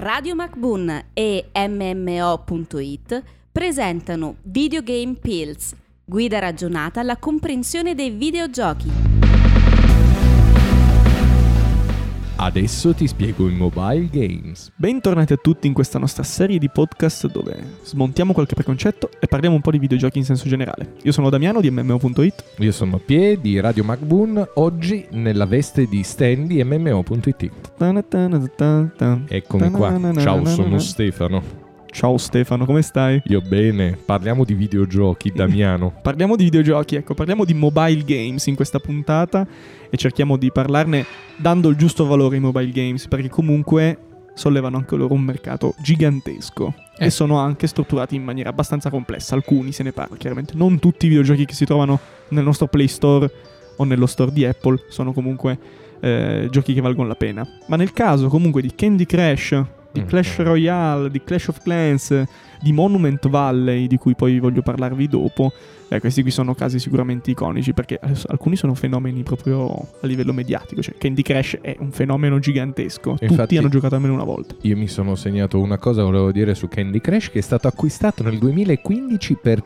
Radio MacBoon e MMO.it presentano Video Game Pills, guida ragionata alla comprensione dei videogiochi. Adesso ti spiego i mobile games. Bentornati a tutti in questa nostra serie di podcast dove smontiamo qualche preconcetto e parliamo un po' di videogiochi in senso generale. Io sono Damiano di MMO.it. Io sono Pie di Radio MacBoon, oggi nella veste di Stan di MMO.it. Eccomi qua, ciao, sono Stefano. Ciao Stefano, come stai? Io bene, parliamo di videogiochi, Damiano. Parliamo di videogiochi, ecco, parliamo di mobile games in questa puntata e cerchiamo di parlarne dando il giusto valore ai mobile games, perché comunque sollevano anche loro un mercato gigantesco e sono anche strutturati in maniera abbastanza complessa. Alcuni se ne parla, chiaramente non tutti i videogiochi che si trovano nel nostro Play Store o nello store di Apple sono comunque giochi che valgono la pena. Ma nel caso comunque di Candy Crush, di Clash Royale, di Clash of Clans, di Monument Valley, di cui poi voglio parlarvi dopo, questi qui sono casi sicuramente iconici, perché alcuni sono fenomeni proprio a livello mediatico. Cioè Candy Crush è un fenomeno gigantesco. Infatti, tutti hanno giocato almeno una volta. Io mi sono segnato una cosa, volevo dire su Candy Crush, che è stato acquistato nel 2015 per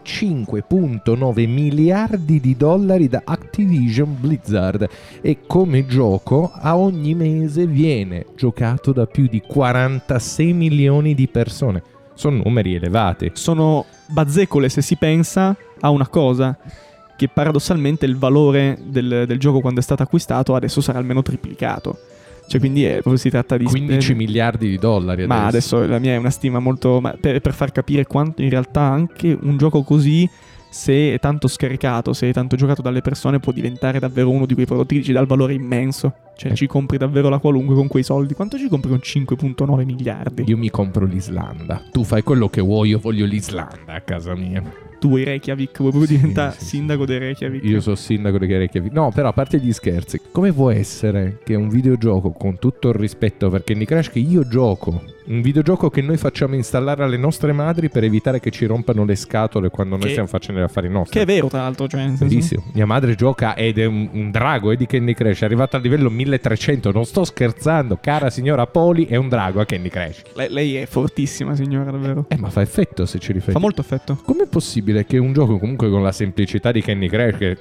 5,9 miliardi di dollari da Activision Blizzard e come gioco a ogni mese viene giocato da più di 46 milioni di persone. Sono numeri elevati. Sono bazzecole se si pensa a una cosa, che paradossalmente il valore del gioco quando è stato acquistato adesso sarà almeno triplicato. Cioè quindi proprio si tratta di 15 miliardi di dollari adesso. Ma adesso la mia è una stima molto... per far capire quanto in realtà anche un gioco così, se è tanto scaricato, se è tanto giocato dalle persone, può diventare davvero uno di quei prodotti che ci dà il valore immenso. Cioè ci compri davvero la qualunque con quei soldi. Quanto ci compri con 5,9 miliardi? Io mi compro l'Islanda. Tu fai quello che vuoi, io voglio l'Islanda a casa mia. Tu vuoi Reykjavik, vuoi proprio diventare sindaco dei Reykjavik? Io sono sindaco dei Reykjavik. No, però a parte gli scherzi, come può essere che un videogioco, con tutto il rispetto per Candy Crush, che io gioco, un videogioco che noi facciamo installare alle nostre madri per evitare che ci rompano le scatole quando noi stiamo facendo gli affari nostri. Che è vero, tra l'altro, cioè, bellissimo. Mia madre gioca ed è un drago, è di Candy Crush, è arrivato al livello 1300, non sto scherzando, cara signora Poli, è un drago a Candy Crush. Lei è fortissima, signora, davvero. Ma fa effetto se ci rifletti. Fa molto effetto. Com'è possibile che un gioco comunque con la semplicità di Candy Crush, che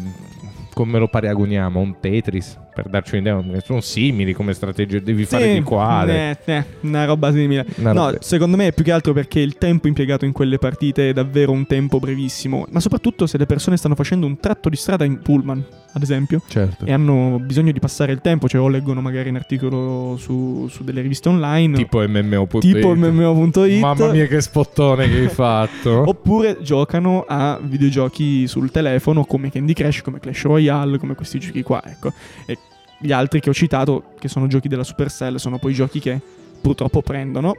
come lo paragoniamo, un Tetris, per darci un'idea, sono simili come strategie, devi fare di quale? Una roba simile. Secondo me è più che altro perché il tempo impiegato in quelle partite è davvero un tempo brevissimo, ma soprattutto se le persone stanno facendo un tratto di strada in pullman, ad esempio, certo, e hanno bisogno di passare il tempo, cioè o leggono magari un articolo su delle riviste online tipo MMO.it. Mamma mia che spottone che hai fatto. Oppure giocano a videogiochi sul telefono come Candy Crush, come Clash Royale, come questi giochi qua, ecco. E gli altri che ho citato, che sono giochi della Supercell, sono poi giochi che purtroppo prendono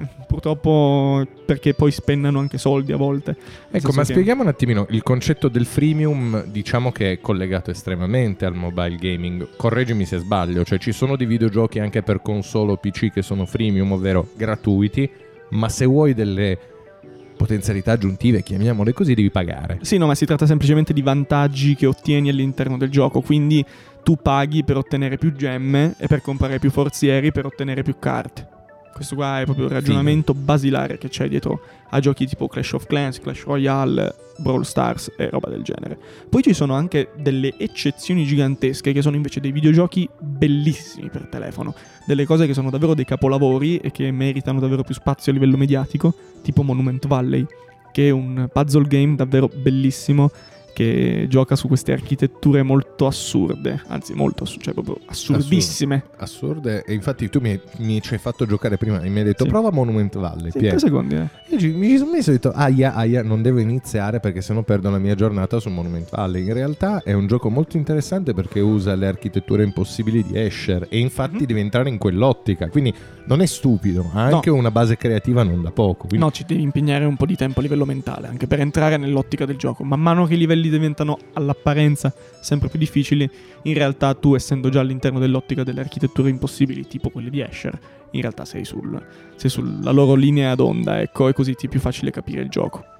purtroppo, perché poi spennano anche soldi a volte. Ecco, ma spieghiamo un attimino il concetto del freemium. Diciamo che è collegato estremamente al mobile gaming, correggimi se sbaglio, cioè ci sono dei videogiochi anche per console o PC che sono freemium, ovvero gratuiti, ma se vuoi delle potenzialità aggiuntive, chiamiamole così, devi pagare. Sì, no, ma si tratta semplicemente di vantaggi che ottieni all'interno del gioco, quindi tu paghi per ottenere più gemme e per comprare più forzieri per ottenere più carte. Questo qua è proprio il ragionamento basilare che c'è dietro a giochi tipo Clash of Clans, Clash Royale, Brawl Stars e roba del genere. Poi ci sono anche delle eccezioni gigantesche che sono invece dei videogiochi bellissimi per telefono, delle cose che sono davvero dei capolavori e che meritano davvero più spazio a livello mediatico, tipo Monument Valley, che è un puzzle game davvero bellissimo, che gioca su queste architetture molto assurde, anzi molto cioè proprio assurdissime. Assurde, e infatti tu mi ci hai fatto giocare prima e mi hai detto prova Monument Valley. Sì, 3 secondi. Io mi sono messo e ho detto aia, non devo iniziare perché sennò perdo la mia giornata su Monument Valley. In realtà è un gioco molto interessante perché usa le architetture impossibili di Escher e infatti deve entrare in quell'ottica, quindi non è stupido, ha anche una base creativa non da poco. Quindi... No, ci devi impegnare un po' di tempo a livello mentale anche per entrare nell'ottica del gioco. Man mano che i livelli diventano all'apparenza sempre più difficili, in realtà tu, essendo già all'interno dell'ottica delle architetture impossibili tipo quelle di Escher, in realtà sei sulla loro linea d'onda, ecco, e così ti è più facile capire il gioco.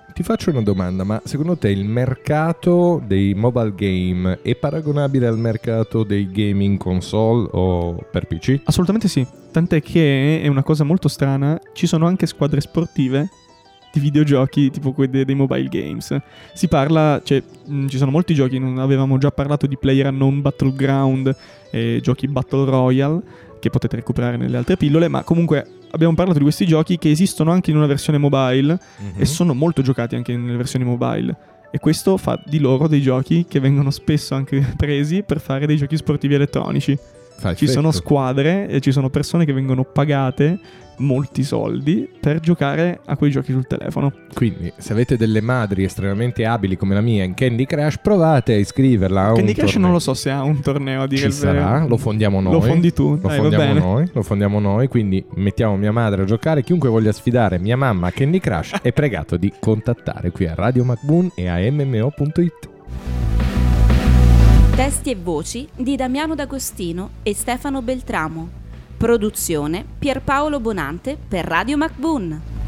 Ti faccio una domanda, ma secondo te il mercato dei mobile game è paragonabile al mercato dei gaming console o per PC? Assolutamente sì, tant'è che è una cosa molto strana, ci sono anche squadre sportive di videogiochi tipo quelli dei mobile games. Si parla, cioè ci sono molti giochi, avevamo già parlato di PlayerUnknown Battleground e giochi Battle Royale che potete recuperare nelle altre pillole, ma comunque abbiamo parlato di questi giochi che esistono anche in una versione mobile e sono molto giocati anche nelle versioni mobile, e questo fa di loro dei giochi che vengono spesso anche presi per fare dei giochi sportivi elettronici. Ci sono squadre e ci sono persone che vengono pagate molti soldi per giocare a quei giochi sul telefono. Quindi se avete delle madri estremamente abili come la mia in Candy Crush, provate a iscriverla a Candy un Crush torneo. Non lo so se ha un torneo a dire ci il vero. sarà, lo fondiamo noi. Lo fondi tu, Lo fondiamo noi, quindi mettiamo mia madre a giocare. Chiunque voglia sfidare mia mamma a Candy Crush è pregato di contattare qui a Radio MacBoon e a MMO.it. Testi e voci di Damiano D'Agostino e Stefano Beltramo. Produzione Pierpaolo Bonante per Radio MacBoon.